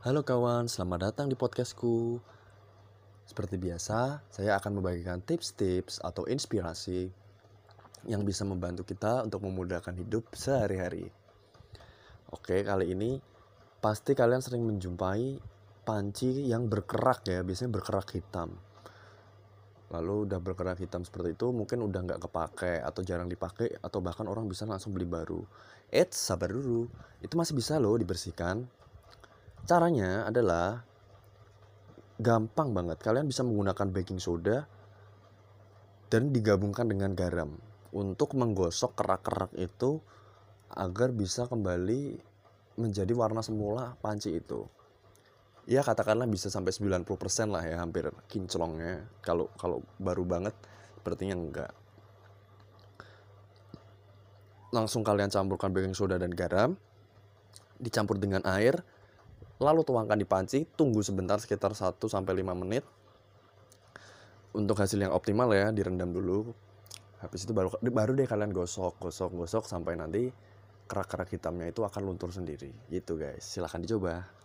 Halo kawan, selamat datang di podcastku. Seperti biasa, saya akan membagikan tips-tips atau inspirasi yang bisa membantu kita untuk memudahkan hidup sehari-hari. Oke, kali ini pasti kalian sering menjumpai panci yang berkerak ya, biasanya berkerak hitam. Lalu udah berkerak hitam seperti itu mungkin udah nggak kepake atau jarang dipakai atau bahkan orang bisa langsung beli baru. Sabar dulu, itu masih bisa loh dibersihkan. Caranya adalah gampang banget. Kalian bisa menggunakan baking soda dan digabungkan dengan garam untuk menggosok kerak-kerak itu agar bisa kembali menjadi warna semula panci itu. Ya katakanlah bisa sampai 90% lah ya, hampir kinclongnya. Kalau baru banget sepertinya enggak. Langsung kalian campurkan baking soda dan garam, dicampur dengan air, lalu tuangkan di panci, tunggu sebentar sekitar 1-5 menit. Untuk hasil yang optimal ya, direndam dulu. Habis itu baru deh kalian gosok sampai nanti kerak-kerak hitamnya itu akan luntur sendiri. Gitu guys, silahkan dicoba.